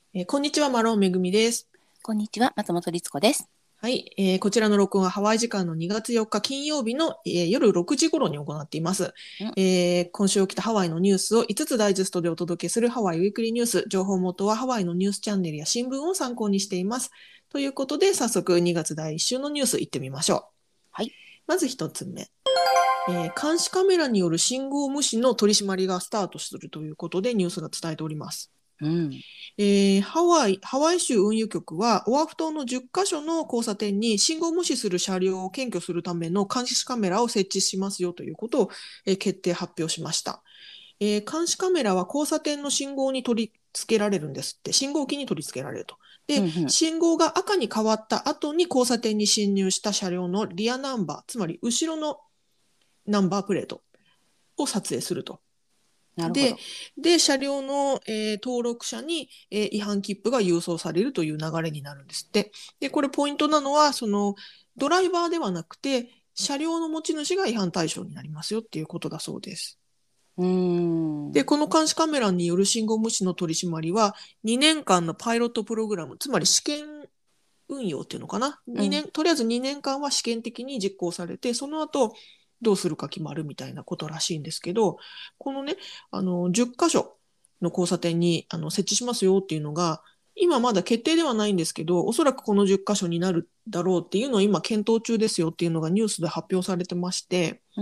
こんにちは、マロンめぐみです。 こんにちは、松本律子です。 はい、こちらの録音はハワイ時間の2月4日金曜日の、夜6時頃に行っています。 うん、 今週起きたハワイのニュースを5つダイジェストでお届けするハワイウィークリーニュース。情報元はハワイのニュースチャンネルや新聞を参考にしています。ということで、早速2月第1週のニュース行ってみましょう。 はい。 まず1つ目。監視カメラによる信号無視の取り締まりがスタートするということでニュースが伝えております。 うん。 ハワイ州運輸局は、オアフ島の10カ所の交差点に信号無視する車両を検挙するための監視カメラを設置しますよということを、決定発表しました。監視カメラは交差点の信号に取り付けられるんですって。信号機に取り付けられると。で、 うん。うん。 信号が赤に変わった後に交差点に進入した車両のリアナンバー、つまり後ろのナンバープレートを撮影すると。で、 なるほど。 車両の、登録者に、違反切符が郵送されるという流れになるんですって。で、これポイントなのは、ドライバーではなくて、車両の持ち主が違反対象になりますよっていうことだそうです。 うーで、 ん。 この監視カメラによる信号無視の取り締まりは、2年間のパイロットプログラム、つまり試験運用っていうのかな。 うん。 とりあえず2年間は試験的に実行されて、その後、どうするか決まるみたいなことらしいんですけど、このね、10箇所の交差点に設置しますよっていうのが、今まだ決定ではないんですけど、おそらくこの10箇所になるだろうっていうのを今検討中ですよっていうのがニュースで発表されてまして、 うん。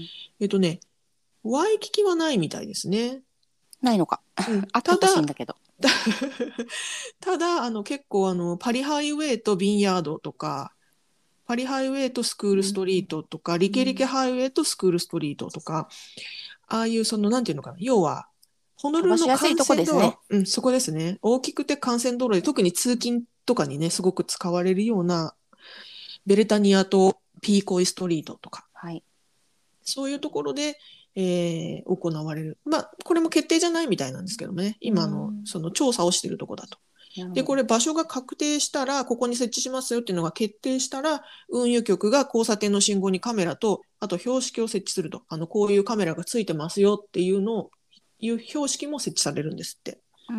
えっとね、ワイキキはないみたいですね。 ないのか。 うん。 あってほしいんただ、 だけど。 ただ、結構パリハイウェイとビンヤードとか、パリハイウェイとスクールスうん。 トリートとか、リケリケうん。 ハイウェイとスクールストリートとか、ああいうなんていうのかな、要は、ホノ飛ルルの幹ばしやすいとこですね。 線道路、うん、そこですね。大きくて幹線道路で、特に通勤とかにね、すごく使われるような、ベレタニアとピーコイストリートとか、 はい。 そういうところで、行われる。まあ、これも決定じゃないみたいなんですけどね、 う今ん。 その調査をしているところだと。で、 なるほど。 これ場所が確定したら、ここに設置しますよっていうのが決定したら、運輸局が交差点の信号にカメラと、あと標識を設置すると。こういうカメラがついてますよっていうのを、いう標識も設置されるんですって。 うん。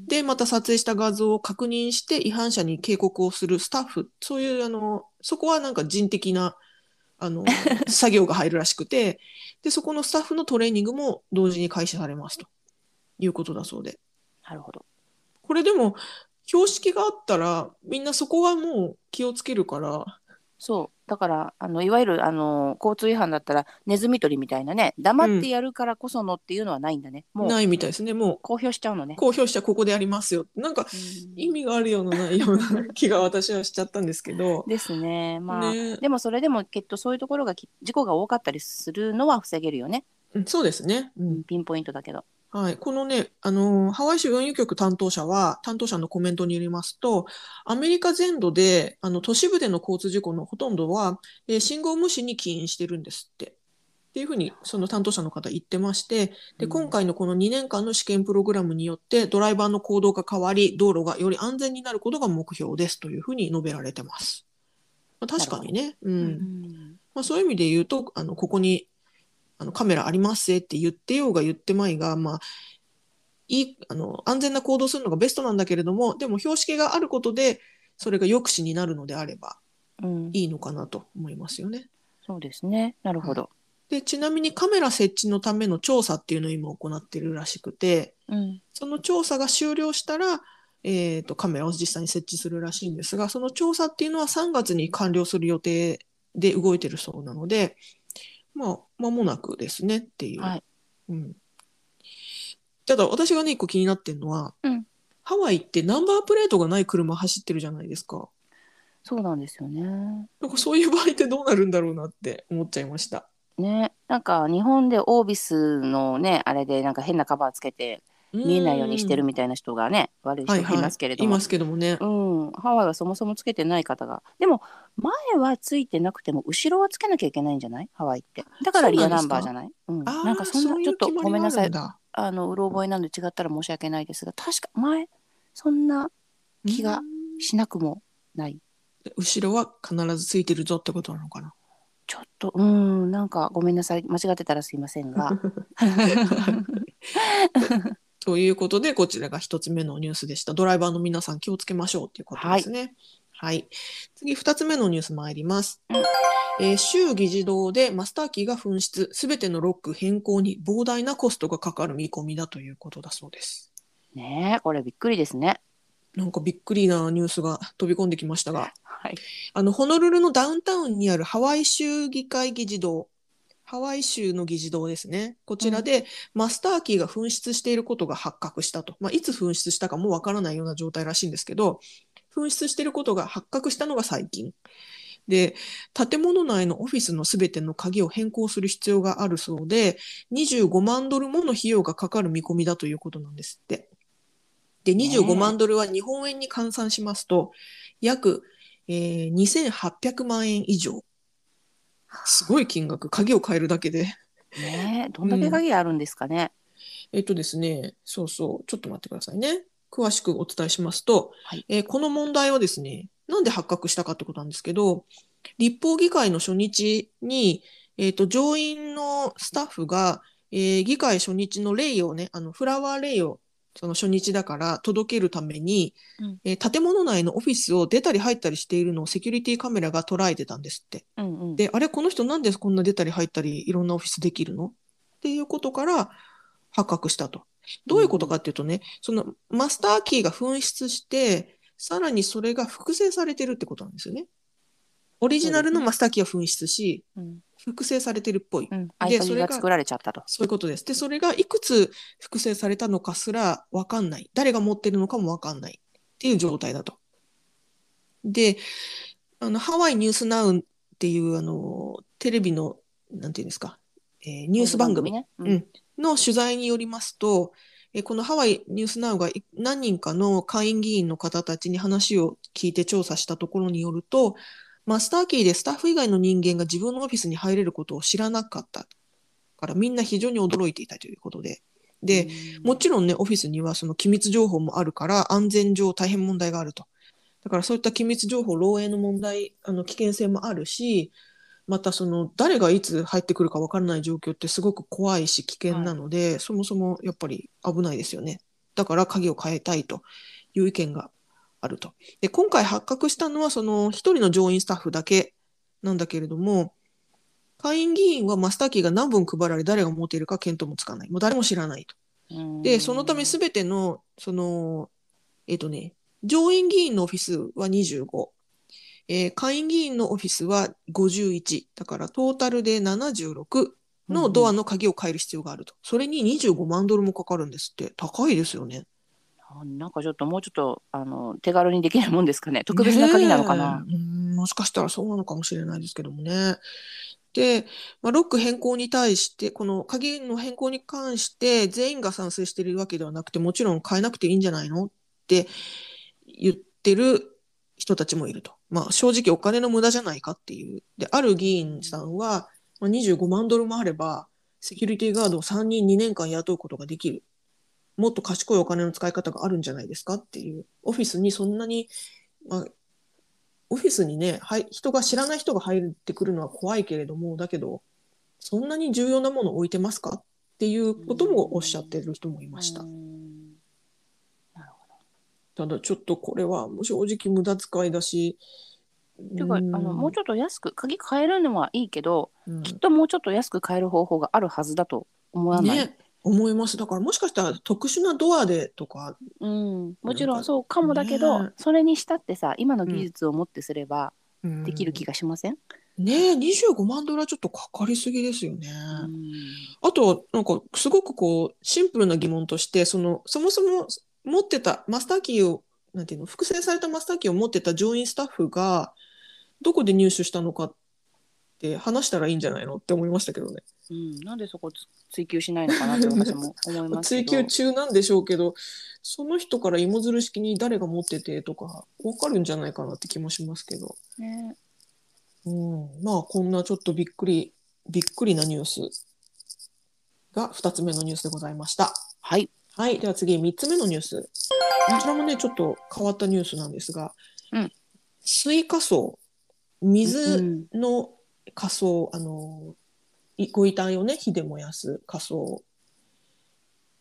で、また撮影した画像を確認して違反者に警告をするスタッフ、そういうそこはなんか人的な作業が入るらしくて、で、そこのスタッフのトレーニングも同時に開始されますということだそうで。 なるほど。 これでも、標識があったら、みんなそこはもう気をつけるから、 そう。だから、いわゆる、交通違反だったら、ネズミ捕りみたいなね、黙うん、 ってやるからこそのっていうのはないんだね。もないう、 みたいですね。もう、 公表しちゃうのね。 公表したらここでやりますよ。なんか、 うん。 意味があるような、ないような気が私はしちゃったんですけど、 ですね。まあ、 ね、 でもそれでもきっとそういうところが事故が多かったりするのは防げるよね。 うん、そうですね。うん。 うん、ピンポイントだけど。 はい。このね、ハワイ州運輸局担当者のコメントによりますと、アメリカ全土で、都市部での交通事故のほとんどは、信号無視に起因してるんですって。っていうふうに、その担当者の方言ってまして、で、今うん、 回のこの2年間の試験プログラムによって、ドライバーの行動が変わり、道路がより安全になることが目標ですというふうに述べられてます。まあ、 なるほど。 確かにね、ううん。 ん、 まあ、そういう意味で言うと、ここにカメラありますって言ってようが言ってまいが、まあ、安全な行動するのがベストなんだけれども、でも標識があることで、それが抑止になるのであればうん、 いいのかなと思いますよね。 そうですね。なるほはい。 ど。 で、ちなみにカメラ設置のための調査っていうのを今行っているらしくて、 うん、 その調査が終了したら、カメラを実際に設置するらしいんですが、その調査っていうのは3月に完了する予定で動いてるそうなので、まあ、間もなくですねっていう。 はい。 うん。ただ、私がね、一個気になってるのは、 うん、 ハワイってナンバープレートがない車走ってるじゃないですか。 そうなんですよね。 なんかそういう場合ってどうなるんだろうなって思っちゃいました。 ね、なんか日本でオービスのね、あれでなんか変なカバーつけてう見えないようにしてるーん。 みたいな人がね、悪い人がいまはいはい。 すけれども、 いますけどもね。 うん、ハワイはそもそもつけてない方が。でも、前はついてなくても、後ろはつけなきゃいけないんじゃない、ハワイって。だからそうリアナなんですか？ ンバーじゃない。うん。なんかああー、 そんな、 そういうちょっと決まりがあごめんなさい。 るんだ。 うろ覚えなので違ったら申し訳ないですが、確か前、そんなうー気がん。 しなくもない。 後ろは必ずついてるぞってことなのかな。 ちょっと、なんかごめんなさい。間違ってたらすいませんが。 ということで、こちらが一つ目のニュースでした。ドライバーの皆さん気をつけましょうということですね。はい。次、二つ目のニュース参ります。州議事堂でマスターキーが紛失、すべてのロック変更に膨大なコストがかかる見込みだということだそうです。 ねえ、これびっくりですね。 なんかびっくりなニュースが飛び込んできましたが、 はい。 ホノルルのダウンタウンにあるハワイ州議会議事堂、ハワイ州の議事堂ですね。こちらでマスターキーが紛失していることが発覚したと。いつ紛失したかもわからないような状態らしいんですけど、紛失していることが発覚したのが最近。で、建物内のオフィスのすべての鍵を変更する必要があるそうで、25万ドルもの費用がかかる見込みだということなんですって。で、25万ドルは日本円に換算しますと、約、2800万円以上。すごい金額、鍵を変えるだけで。 ねえ、どんだけ鍵あるんですかね。 ですね、そうそう、ちょっと待ってくださいね。詳しくお伝えしますと、 はい。 この問題はですね、なんで発覚したかってことなんですけど、立法議会の初日に、上院のスタッフが、議会初日のレイをね、フラワーレイをその初日だから届けるために、建物内のオフィスを出たり入ったりしているのをセキュリティカメラが捉えてたんですって。 うんうん。 で、あれ、この人なんでこんな出たり入ったりいろんなオフィスできるのっていうことから発覚したと。どういうことかっていうとね、そのマスターキーが紛失して、さらにそれが複製されてるってことなんですよね。オリジナルのマスターキーは紛失し、複製されてるっぽい。 合で、それが鍵が作られちゃったと。 そういうことです。で、それがいくつ複製されたのかすらわかんない。誰が持ってるのかもわかんないっていう状態だと。で、ハワイニュースナウっていう、テレビの、なんていうんですか、ニュース番組、 ね。 の取材によりますと、このハワイニュースナウが何人かの下院議員の方たちに話を聞いて調査したところによると、マスターキーでスタッフ以外の人間が自分のオフィスに入れることを知らなかったからみんな非常に驚いていたということで。で、もちろんね、オフィスにはその機密情報もあるから安全上大変問題があると。だからそういった機密情報漏洩の問題、危険性もあるし、またその誰がいつ入ってくるか分からない状況ってすごく怖いし危険なので、そもそもやっぱり危ないですよね。だから鍵を変えたいという意見があると。で、今回発覚したのはその一人の上院スタッフだけなんだけれども、下院議員はマスターキーが何本配られ誰が持っているか見当もつかない。もう誰も知らないと。で、そのためすべての、その、上院議員のオフィスは25。下院議員のオフィスは51。だからトータルで76のドアの鍵を変える必要があると。それに25万ドルもかかるんですって。高いですよね。 なんかちょっともうちょっと手軽にできるもんですかね。特別な鍵なのかな。 もしかしたらそうなのかもしれないですけどもね。で、ロック変更に対して、この鍵の変更に関して全員が賛成しているわけではなくて、もちろん変えなくていいんじゃないのって言ってる人たちもいると。正直お金の無駄じゃないかっていう。で、ある議員さんは、25万ドルもあれば、セキュリティガードを3人2年間雇うことができる。もっと賢いお金の使い方があるんじゃないですかっていう。オフィスにそんなに、オフィスにね、知らない人が入ってくるのは怖いけれども、だけど、そんなに重要なものを置いてますかっていうこともおっしゃってる人もいました。ただちょっとこれは正直無駄遣いだし、 ていうかもうちょっと安く鍵変えるのはいいけど、きっとともうちょっと安く買える方法があるはずだと思わない？ ね、思います。だからもしかしたら特殊なドアでとか、 もちろんそうかもだけど、それにしたってさ、今の技術をもってすればできる気がしません？ ねえ、25万ドルはちょっとかかりすぎですよね。あと、なんか、すごくシンプルな疑問として、そもそも持ってたマスターキーを、なんていうの、複製されたマスターキーを持ってた上院スタッフが、どこで入手したのかって話したらいいんじゃないのって思いましたけどね。 なんでそこ追求しないのかなって私も思いますけど。 追求中なんでしょうけど、その人から芋づる式に誰が持っててとか、わかるんじゃないかなって気もしますけど。 ね。 こんなちょっとびっくりなニュースが2つ目のニュースでございました。 はい。 はい。では次、3つ目のニュース。こちらもね、ちょっと変わったニュースなんですが、水火葬、水の火葬、ご遺体をね、火で燃やす火葬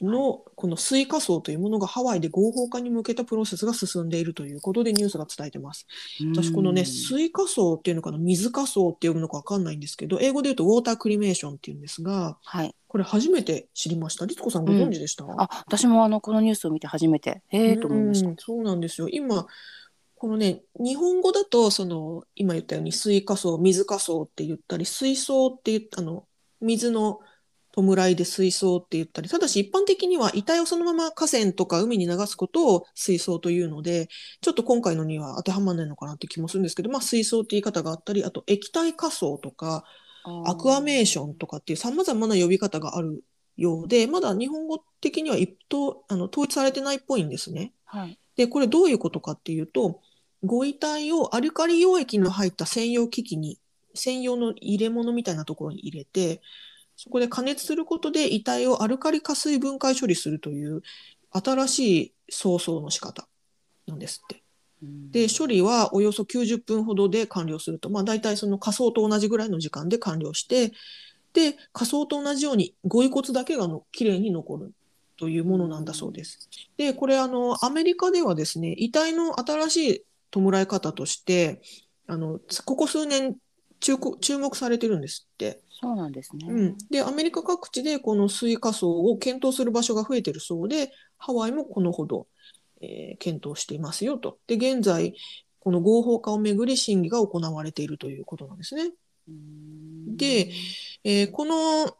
のこの水化層というものがハワイで合法化に向けたプロセスが進んでいるということでニュースが伝えてます。私このね、水化層っていうのかな、水化層って読むのか分かんないんですけど、英語で言うとウォータークリメーションっていうんですが、 はい。 これ初めて知りました。律子さんご存知でした？ 私もこのニュースを見て初めて、と思いました。 そうなんですよ。今、このね、日本語だと、今言ったように水化層、水化層って言ったり、水槽って言った、水の弔いで水槽って言ったり、ただし一般的には遺体をそのまま河川とか海に流すことを水槽というので、ちょっと今回のには当てはまらないのかなって気もするんですけど、まあ水槽って言い方があったり、あと液体下層とか、アクアメーションとかっていう様々な呼び方があるようで、まだ日本語的には統一されてないっぽいんですね。 はい。 で、これどういうことかっていうと、ご遺体をアルカリ溶液の入った専用機器に、専用の入れ物みたいなところに入れて、そこで加熱することで遺体をアルカリ化水分解処理するという新しい葬送の仕方なんですって。で、処理はおよそ90分ほどで完了すると、まあ大体その火葬と同じぐらいの時間で完了して、で、火葬と同じようにご遺骨だけがきれいに残るというものなんだそうです。で、これアメリカではですね、遺体の新しい弔い方として、ここ数年注目されてるんですって。 そうなんですね。 で、アメリカ各地でこの水化層を検討する場所が増えているそうで、ハワイもこのほど、検討していますよと。で、現在、この合法化をめぐり審議が行われているということなんですね。で、この、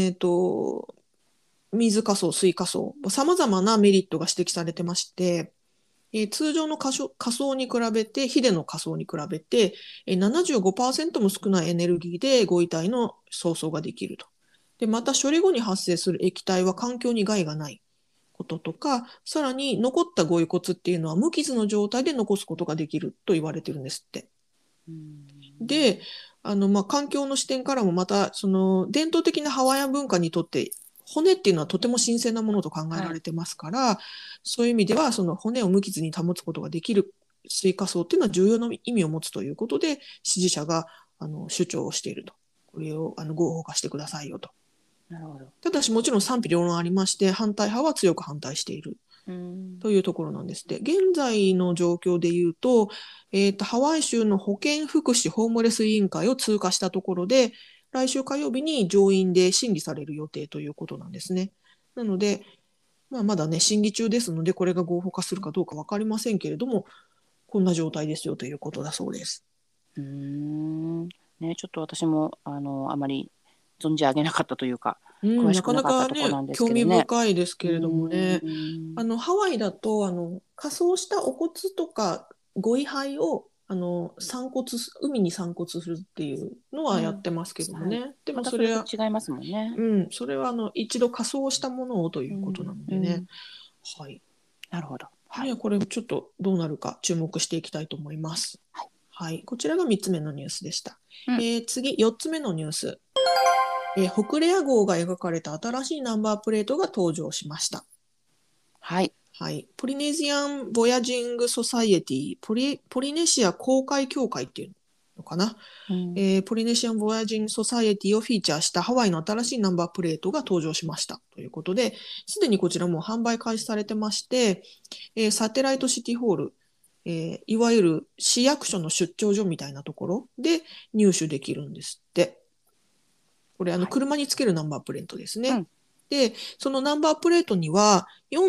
水化層、水化層、さまざまなメリットが指摘されてまして、通常の火葬に比べて、ヒデの火葬に比べて、75%も少ないエネルギーでご遺体の葬送ができると。で、また処理後に発生する液体は環境に害がないこととか、さらに残ったご遺骨っていうのは無傷の状態で残すことができると言われてるんですって。で、まあ、環境の視点からもまた、伝統的なハワイアン文化にとって、骨っていうのはとても神聖なものと考えられてますから、そういう意味では、その骨を無傷に保つことができる水化層っていうのは重要な意味を持つということで、支持者が主張をしていると。これを合法化してくださいよと。 なるほど。 ただしもちろん賛否両論ありまして、反対派は強く反対しているというところなんですって。現在の状況で言うと、ハワイ州の保健福祉ホームレス委員会を通過したところで、来週火曜日に上院で審議される予定ということなんですね。なので、まあ、まだね、審議中ですので、これが合法化するかどうか分かりませんけれども、こんな状態ですよということだそうです。 ね、ちょっと私もあまり存じ上げなかったというか、詳しなかなくなかったかね、 ところなんです興味けどね。 深いですけれどもね、ハワイだと、火葬したお骨とかご遺灰を海に散骨するっていうのはやってますけどもね。でもまたそれそれは、 と違いますもんね。 それは一度火葬したものをということなのでね。はい。 なるほど。 ね、これちょっとどうなるか注目していきたいと思います。はい。こちらが3つ目のニュースでした。次、4つ目のニュース。北レア号が描かれた新しいナンバープレートが登場しました。 はい。 はい。ポリネシアン・ボヤジング・ソサイエティ、ポリネシア公開協会っていうのかな。ポリネシアン・ボヤジング・ソサイエティをフィーチャーしたハワイの新しいナンバープレートが登場しましたということで、すでにこちらも販売開始されてまして、サテライトシティホール、いわゆる市役所の出張所みたいなところで入手できるんですって。これ車につけるナンバープレートですね。で、そのナンバープレートには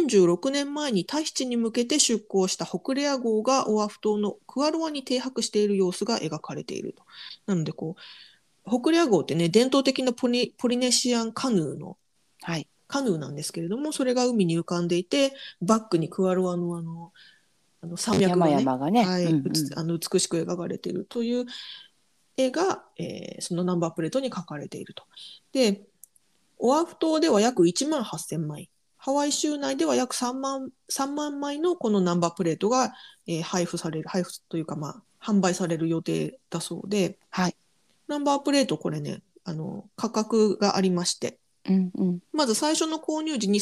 46年前にタヒチに向けて出港した北レア号がオアフ島のクアロアに停泊している様子が描かれていると。なので北レア号ってね、伝統的なポリネシアンカヌーの、カヌーなんですけれども、それが海に浮かんでいて、バックにクアロアの山脈がね、美しく描かれているという絵が、そのナンバープレートに書かれていると。で、オアフ島では約1万8000枚、ハワイ州内では約3万枚のこのナンバープレートが、配布というか、販売される予定だそうで、ナンバープレート、これね、価格がありまして、まず最初の購入時に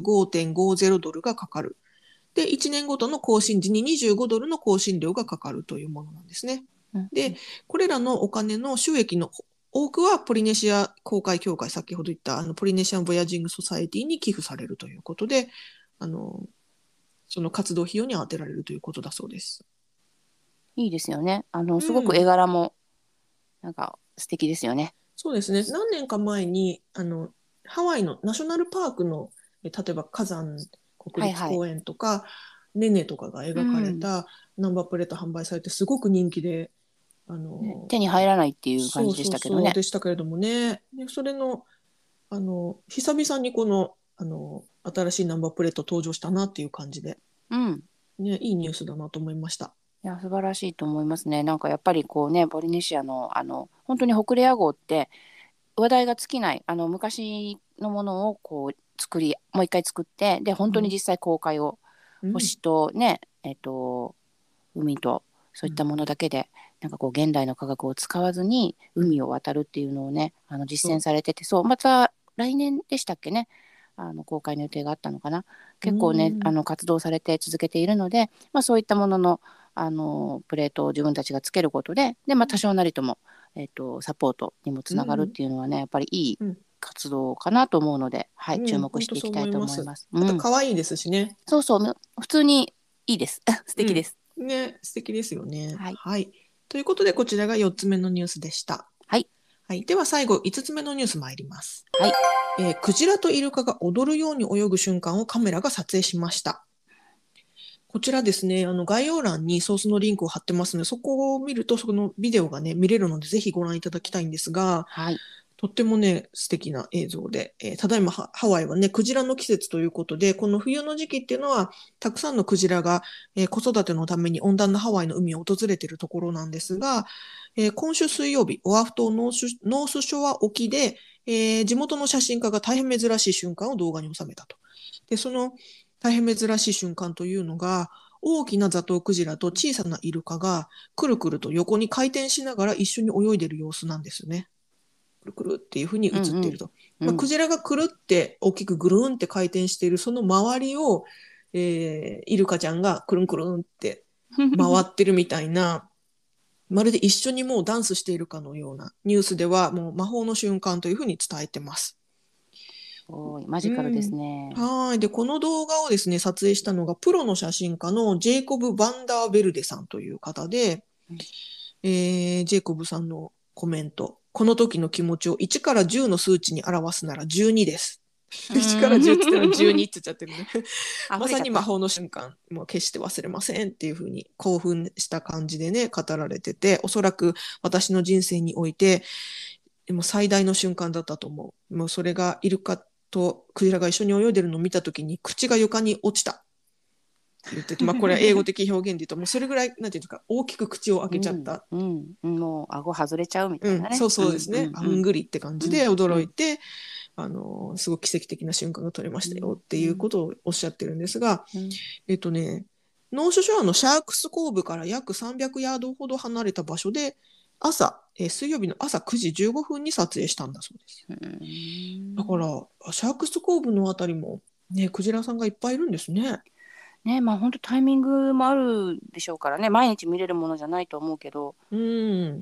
$35.50がかかる。で、1年ごとの更新時に$25の更新料がかかるというものなんですね。で、これらのお金の収益の多くはポリネシア航海協会、先ほど言ったポリネシアン・ボヤジング・ソサエティに寄付されるということで、その活動費用に充てられるということだそうです。 いいですよね。すごく絵うん、 柄もなんか素敵ですよね。 そうですね。何年か前にハワイのナショナルパークの例えば火山国はいはい。 立公園とか、ネネとかが描かれうん。 たナンバープレート販売されてすごく人気で、あね、 の手に入らないっていう感そうじでしそうそうたけどね。 でしたけれどもね。でそれの久々にこの新しいナンバープレート登場したなっていう感じで、 うん。 ね、いいニュースだなと思いました。 いや、素晴らしいと思いますね。なんかやっぱりこうね、ポリネシアの本当に北レア号って話題が尽きない、昔のものをこうもう一回作って、で、本当にはい。 実際公開を、 うん。 星とね、海と、そううん。 いったものだけで、なんかこう現代の科学を使わずにうん。 海を渡るっていうのをね、実践そされてて、そう、また来年でしたっけね、公開の予定があったのかな。 う。う結構ね、 ん。 活動されて続けているので、まあ、そういったものの、プレートを自分たちがつけることで、で、まあ、多少なりとも、サポートにもつながるっうん。 ていうのはね、やっぱりいいうん。 活動かなと思うので、はい、注うん。 目本当そうしていきたいと思います。 思います。うあとん。 可愛いですしね。 そうそう、普通にいいです。素うん。 敵です。 ね、素敵ですよね。 はい。 はい。ということで、こちらが4つ目のニュースでした。 はい。 はい。では最後、5つ目のニュース参ります。 はい。 クジラとイルカが踊るように泳ぐ瞬間をカメラが撮影しました。こちらですね、概要欄にソースのリンクを貼ってますので、そこを見ると、そのビデオがね、見れるので、ぜひご覧いただきたいんですが、 はい。 とってもね、素敵な映像で、ただいまハワイはね、クジラの季節ということで、この冬の時期っていうのは、たくさんのクジラが、子育てのために温暖なハワイの海を訪れているところなんですが、今週水曜日、オアフ島ノースショア沖で、地元の写真家が大変珍しい瞬間を動画に収めたと。で、その大変珍しい瞬間というのが、大きなザトウクジラと小さなイルカがくるくると横に回転しながら一緒に泳いでいる様子なんですよね。くるくるっていう風に映うんうん。 っていると。まあ、クうん。 ジラがくるって大きくぐるんって回転しているその周りを、イルカちゃんがくるんくるんって回ってるみたいな、まるで一緒にもうダンスしているかのようなニュースではもう魔法の瞬間というふうに伝えてます。 おーい、マジカルですうん。 ね。 はい。で、この動画をですね、撮影したのがプロの写真家のジェイコブ・バンダーベルデさんという方で、 うん。 ジェイコブさんのコメント。この時の気持ちを1から10の数値に表すなら12です。 う 1から10って言ったら12って言っちゃってるね。まさ溢れちゃった。 に魔法の瞬間、もう決して忘れませんっていう風に興奮した感じでね、語られてて、おそらく私の人生において、もう最大の瞬間だったと思う。もうそれがイルカとクジラが一緒に泳いでるのを見たときに口が床に落ちたって言ってて、まあこれは英語的表現で言うと、もうそれぐらい、なんていうんですか、大きく口を開けちゃっうん。 た。 うん。もう顎外れちゃうみたうん、 いなね。 そううん。 そうですね。あうん。うん。 んぐりって感うん。 じでうん。 驚いて、すごく奇跡的な瞬間が撮れましたよっていううん。 ことをおっしゃってるんですが、 うん。 えっとね、ノースショアのシャークスコーブから約300ヤードほど離れた場所で、水曜日の朝9時15分に撮影したんだそうです。 うん。 だから、シャークスコーブのあたりも、ね、クジラさんがいっぱいいるんですね。 ね、まあ本当タイミングもあるでしょうからね、毎日見れるものじゃないと思うけど、 うん。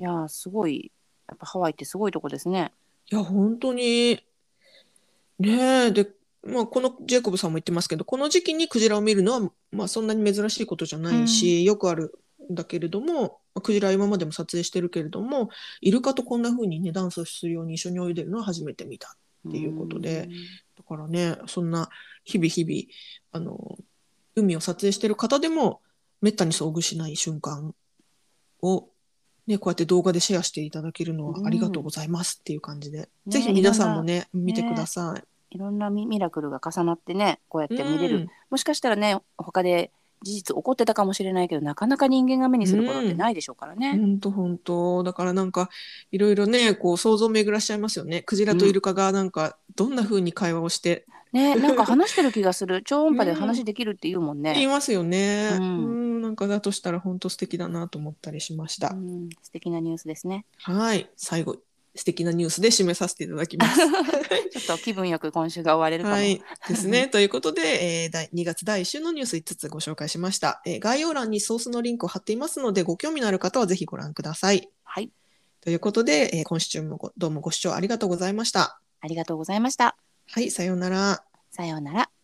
いやー、すごい、やっぱハワイってすごいとこですね。 いや、本当に、ねえ、で、まあ、このジェイコブさんも言ってますけど、この時期にクジラを見るのは、まあ、そんなに珍しいことじゃなうん。 いし、よくあるんだけれども、クジラは今までも撮影してるけれども、イルカとこんな風にね、ダンスをするように一緒に泳いでるのは初めて見たうっていうことで、 ん。 だからね、そんな日々日々、海を撮影してる方でも、めったに遭遇しない瞬間を、ね、こうやって動画でシェアしていただけるのうはありがとうん。 ございますっていう感じで、ぜひね、い皆ろんな、 さんもね、見てくだね、 さい。 いろんなミラクルが重なってね、こうやっうて見れる。 ん。 もしかしたらね、他で事実起こってたかもしれないけど、なかなか人間が目にすることっうん。 てないでしょうからね。 本当本当。だからなんか、いろいろね、こう想像巡らしちゃいますよね。クジラとイうん。 ルカがなんか、どんな風に会話をして。 ね、なんか話してる気がする。超音波でうん。 話できるって言うもんね。 言いますよね。ううん。 ん。なんかだとしたら本当素敵だなと思ったりしました。 うん。素敵なニュースですね。 はい。最後、素敵なニュースで締めさせていただきます。 ちょっと気分よく今週が終われるかも。 はい。ですね。ということで、2月第1週のニュース5つご紹介しました。概要欄にソースのリンクを貼っていますので、ご興味のある方はぜひご覧ください。 はい。 ということで、今週もどうもご視聴ありがとうございました。 ありがとうございました。 はい、さようなら。 さようなら。